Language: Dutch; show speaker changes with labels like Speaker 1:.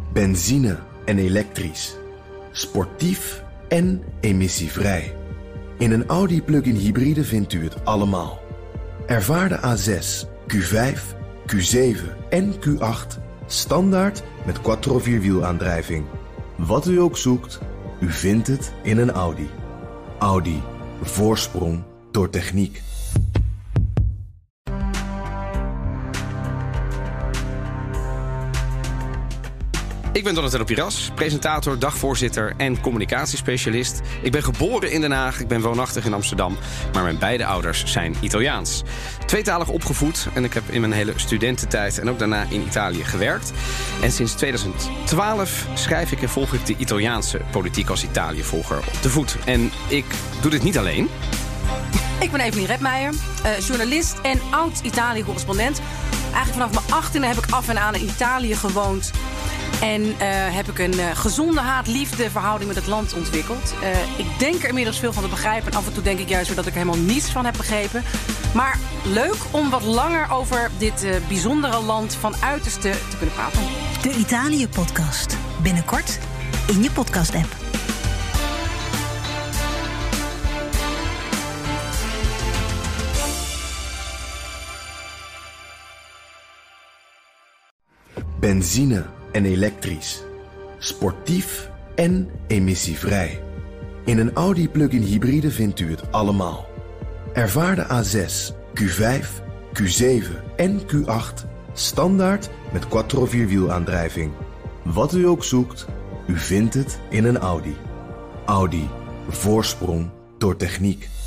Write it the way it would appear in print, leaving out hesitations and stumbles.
Speaker 1: Benzine en elektrisch. Sportief en emissievrij. In een Audi plug-in hybride vindt u het allemaal. Ervaar de A6, Q5, Q7 en Q8 standaard met quattro-vierwielaandrijving. Wat u ook zoekt, u vindt het in een Audi. Audi. Voorsprong door techniek.
Speaker 2: Ik ben Donatello Piras, presentator, dagvoorzitter en communicatiespecialist. Ik ben geboren in Den Haag, ik ben woonachtig in Amsterdam, maar mijn beide ouders zijn Italiaans. Tweetalig opgevoed en ik heb in mijn hele studententijd en ook daarna in Italië gewerkt. En sinds 2012 schrijf ik en volg ik de Italiaanse politiek als Italië-volger op de voet. En ik doe dit niet alleen.
Speaker 3: Ik ben Evelien Redmeijer, journalist en oud-Italië-correspondent. Eigenlijk vanaf mijn 18e heb ik af en aan in Italië gewoond. En heb ik een gezonde haat-liefde verhouding met het land ontwikkeld. Ik denk er inmiddels veel van te begrijpen. En af en toe denk ik juist weer dat ik er helemaal niets van heb begrepen. Maar leuk om wat langer over dit bijzondere land van uiterste te kunnen praten.
Speaker 4: De Italië-podcast. Binnenkort in je podcast-app.
Speaker 1: Benzine en elektrisch. Sportief en emissievrij. In een Audi plug-in hybride vindt u het allemaal. Ervaar de A6, Q5, Q7 en Q8 standaard met quattro-vierwielaandrijving. Wat u ook zoekt, u vindt het in een Audi. Audi. Voorsprong door techniek.